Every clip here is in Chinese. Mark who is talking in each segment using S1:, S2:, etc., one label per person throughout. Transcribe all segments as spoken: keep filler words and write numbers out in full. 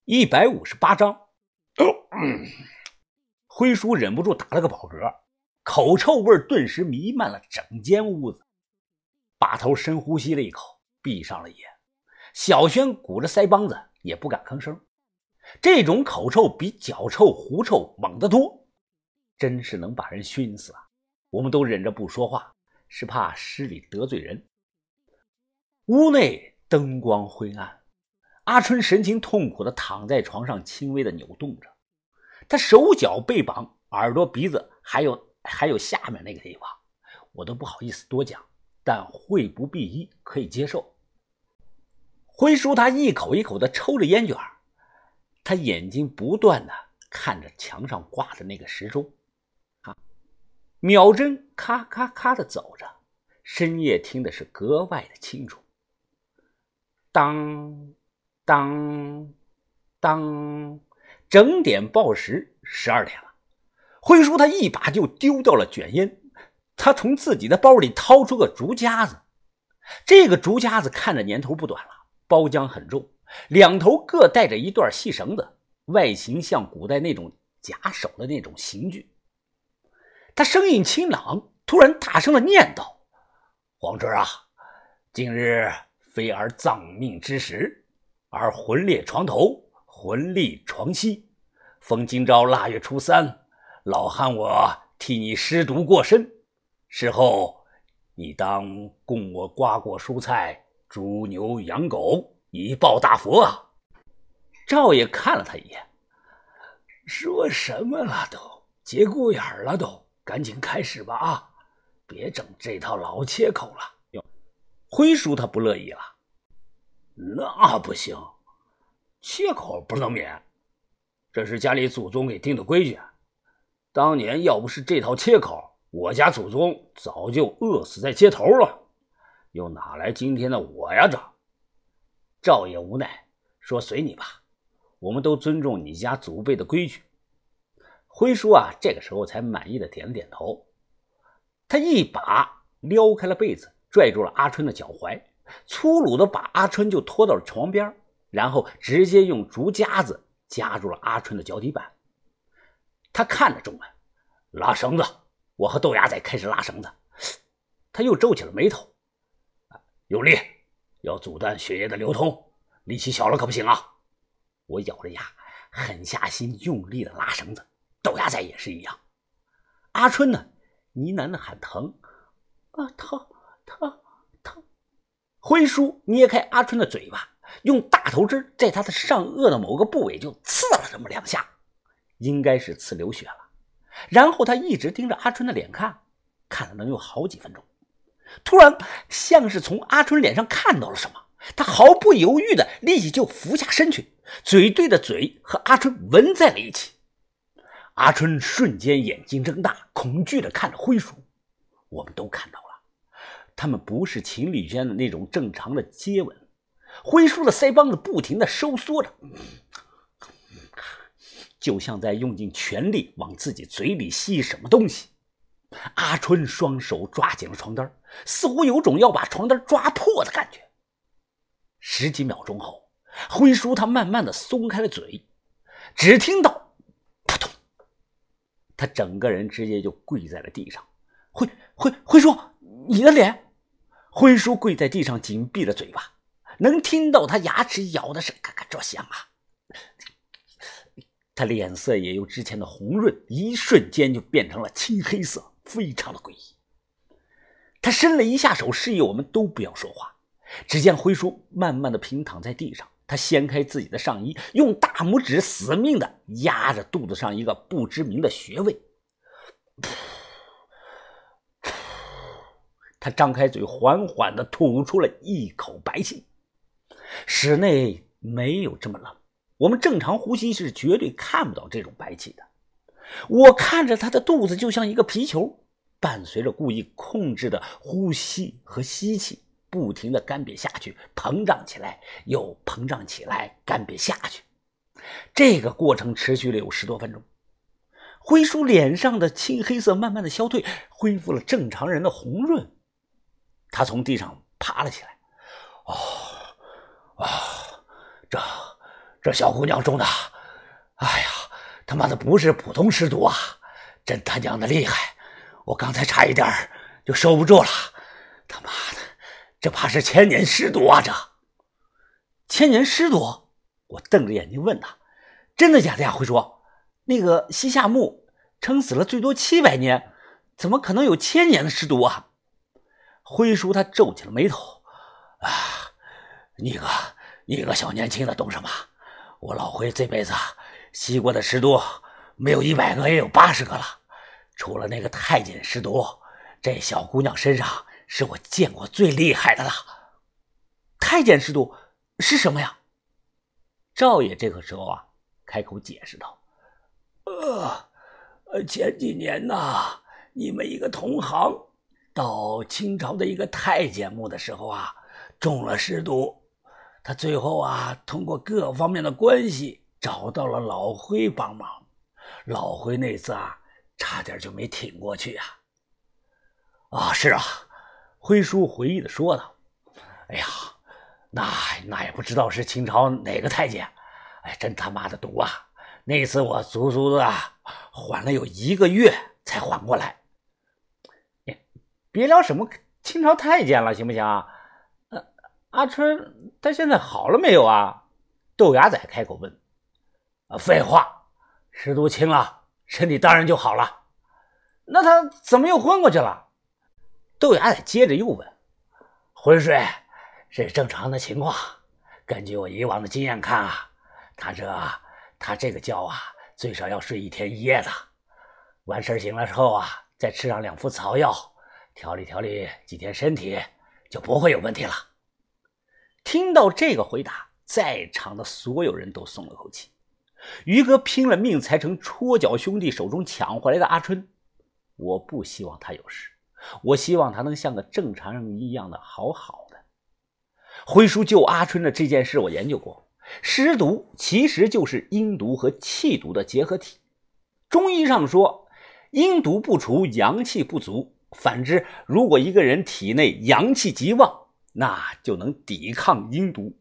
S1: 一百五十八章。嗯、辉叔忍不住打了个饱嗝，口臭味顿时弥漫了整间屋子。把头深呼吸了一口，闭上了眼。小轩鼓着腮帮子也不敢吭声。这种口臭比脚臭、狐臭猛得多，真是能把人熏死啊！我们都忍着不说话，是怕失礼得罪人。屋内灯光灰暗，阿春神情痛苦地躺在床上，轻微地扭动着。他手脚被绑，耳朵、鼻子还有还有下面那个地方，我都不好意思多讲，但会不必医可以接受。辉叔他一口一口地抽着烟卷，他眼睛不断地看着墙上挂的那个时钟，啊，秒针咔咔咔地走着，深夜听的是格外的清楚。当当当，整点报时，十二点了。辉叔他一把就丢掉了卷烟，他从自己的包里掏出个竹夹子。这个竹夹子看着年头不短了，包浆很重，两头各带着一段细绳子，外形像古代那种夹手的那种刑具。他声音清朗，突然大声的念道：“黄春啊，今日非儿葬命之时，而魂列床头，魂立床西。逢今朝腊月初三，老汉我替你施毒过身，事后你当供我瓜果蔬菜、猪牛羊狗，以报大佛啊！”赵爷看了他一眼，
S2: 说什么了都，节骨眼了都，赶紧开始吧啊！别整这套老切口了。
S1: 辉叔他不乐意了，
S2: 那不行，切口不能免，这是家里祖宗给定的规矩。当年要不是这套切口，我家祖宗早就饿死在街头了，又哪来今天的我呀？这
S1: 赵爷无奈说：“随你吧，我们都尊重你家祖辈的规矩。”辉叔啊，这个时候才满意的点了点头。他一把撩开了被子，拽住了阿春的脚踝，粗鲁的把阿春就拖到了床边，然后直接用竹夹子夹住了阿春的脚底板。他看着众人，拉绳子。我和豆芽仔开始拉绳子。他又皱起了眉头，用力，要阻断血液的流通，力气小了可不行啊！我咬着牙，狠下心，用力的拉绳子。豆芽仔也是一样。阿春呢，呢喃的喊疼，啊，疼疼疼！辉叔捏开阿春的嘴巴，用大头针在他的上颚的某个部位就刺了这么两下，应该是刺流血了。然后他一直盯着阿春的脸看，看了能有好几分钟。突然像是从阿春脸上看到了什么，他毫不犹豫的立即就俯下身去，嘴对着嘴和阿春吻在了一起。阿春瞬间眼睛睁大，恐惧的看着辉叔。我们都看到了，他们不是情侣间的那种正常的接吻。辉叔的腮帮子不停的收缩着，就像在用尽全力往自己嘴里吸什么东西。阿春双手抓紧了床单，似乎有种要把床单抓破的感觉。十几秒钟后，辉叔他慢慢的松开了嘴，只听到扑通，他整个人直接就跪在了地上。辉辉辉叔，你的脸！辉叔跪在地上，紧闭着嘴巴，能听到他牙齿咬的是嘎嘎作响啊。他脸色也由之前的红润一瞬间就变成了青黑色，非常的诡异。他伸了一下手，示意我们都不要说话。只见辉叔慢慢的平躺在地上，他掀开自己的上衣，用大拇指死命的压着肚子上一个不知名的穴位。他张开嘴，缓缓地吐出了一口白气。室内没有这么冷，我们正常呼吸是绝对看不到这种白气的。我看着他的肚子就像一个皮球，伴随着故意控制的呼吸和吸气，不停地干瘪下去，膨胀起来，又膨胀起来，干瘪下去。这个过程持续了有十多分钟。辉叔脸上的青黑色慢慢的消退，恢复了正常人的红润。他从地上爬了起来。哦啊，这
S2: 这小姑娘中的，哎呀，他妈的不是普通尸毒啊，真他娘的厉害！我刚才差一点就收不住了，他妈的，这怕是千年尸毒啊！这
S1: 千年尸毒？我瞪着眼睛问他：“真的假的呀？”辉叔，那个西夏墓撑死了最多七百年，怎么可能有千年的尸毒啊？辉叔他皱起了眉头：“
S2: 啊，你个你个小年轻的懂什么？我老辉这辈子吸过的尸毒没有一百个也有八十个了，除了那个太监尸毒，这小姑娘身上是我见过最厉害的了。”
S1: 太监尸毒是什么呀？赵爷这个时候啊，开口解释道：“
S2: 呃，前几年呐，你们一个同行到清朝的一个太监墓的时候啊，中了尸毒。他最后啊，通过各方面的关系找到了老辉帮忙。老辉那次啊，差点就没挺过去啊。”
S1: 啊，是啊，辉叔回忆的说道：“
S2: 哎呀，那那也不知道是清朝哪个太监，哎，真他妈的毒啊！那次我足足的缓了有一个月才缓过来。”
S1: 别聊什么清朝太监了，行不行啊？呃，阿春他现在好了没有啊？豆芽仔开口问。
S2: 啊，废话，尸毒清了，身体当然就好了。
S1: 那他怎么又昏过去了？豆芽仔接着又问。
S2: 昏睡是正常的情况，根据我以往的经验看啊，他这他这个觉啊，最少要睡一天一夜的。完事醒了之后啊，再吃上两副草药，调理调理几天身体，就不会有问题了。
S1: 听到这个回答，在场的所有人都松了口气。于哥拼了命才从戳脚兄弟手中抢回来的阿春，我不希望他有事，我希望他能像个正常人一样的好好的。辉叔救阿春的这件事我研究过，尸毒其实就是阴毒和气毒的结合体。中医上说，阴毒不除，阳气不足，反之，如果一个人体内阳气极旺，那就能抵抗阴毒。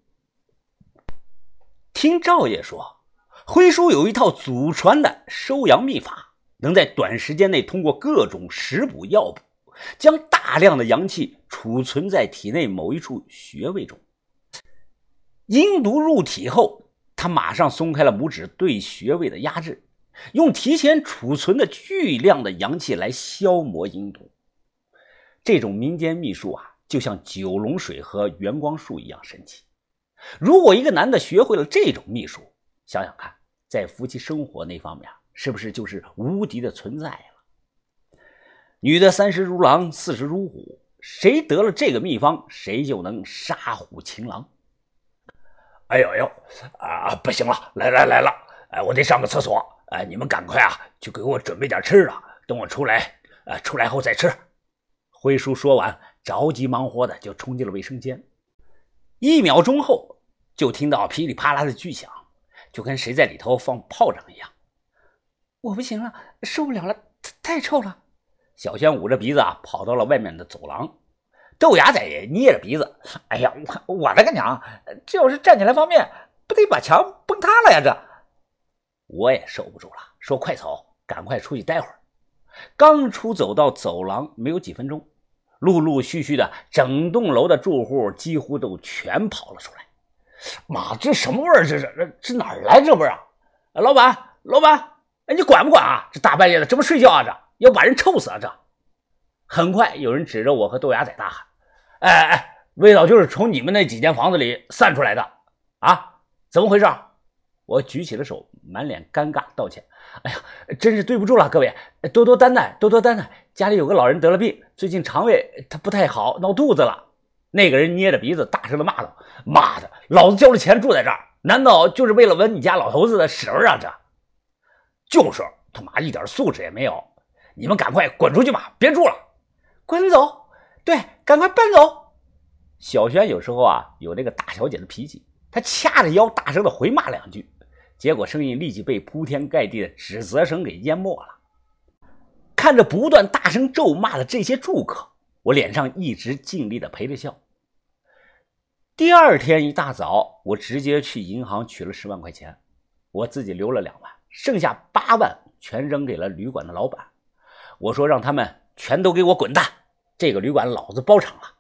S1: 听赵爷说，辉叔有一套祖传的收阳秘法，能在短时间内通过各种食补药补，将大量的阳气储存在体内某一处穴位中。阴毒入体后，他马上松开了拇指对穴位的压制，用提前储存的巨量的阳气来消磨阴毒。这种民间秘术啊，就像九龙水和元光术一样神奇。如果一个男的学会了这种秘术，想想看，在夫妻生活那方面是不是就是无敌的存在了？女的三十如狼，四十如虎，谁得了这个秘方，谁就能杀虎擒狼。
S2: 哎呦呦啊，不行了，来来来了，哎，我得上个厕所，哎，你们赶快啊，去给我准备点吃的，等我出来，呃，出来后再吃。
S1: 辉叔说完，着急忙活的就冲进了卫生间。一秒钟后，就听到噼里啪啦的巨响，就跟谁在里头放炮仗一样。我不行了，受不了了，太臭了。小轩捂着鼻子啊，跑到了外面的走廊。豆芽仔也捏着鼻子，哎呀，我我的个娘！这要是站起来方便，不得把墙崩塌了呀！这我也受不住了，说快走，赶快出去待会儿。刚出走到走廊没有几分钟，陆陆续续的整栋楼的住户几乎都全跑了出来。妈，这什么味儿？这是这这哪儿来这味儿啊？老板，老板，哎，你管不管啊？这大半夜的，这不睡觉啊？这要把人臭死啊！这很快有人指着我和豆芽仔大喊：“哎哎，味道就是从你们那几间房子里散出来的啊！怎么回事？”我举起了手，满脸尴尬道歉：“哎呀，真是对不住了，各位，多多担待，多多担待。家里有个老人得了病，最近肠胃他不太好，闹肚子了。”那个人捏着鼻子大声的骂道：“妈的，老子交了钱住在这儿，难道就是为了闻你家老头子的屎味啊？这就是他妈一点素质也没有！你们赶快滚出去吧，别住了，滚走！对，赶快搬走！”小轩有时候啊有那个大小姐的脾气，他掐着腰大声的回骂两句，结果声音立即被铺天盖地的指责声给淹没了。看着不断大声咒骂的这些住客，我脸上一直尽力的陪着笑。 第二天一大早，我直接去银行取了十万块钱，我自己留了两万，剩下八万全扔给了旅馆的老板。我说让他们全都给我滚蛋，这个旅馆老子包场了。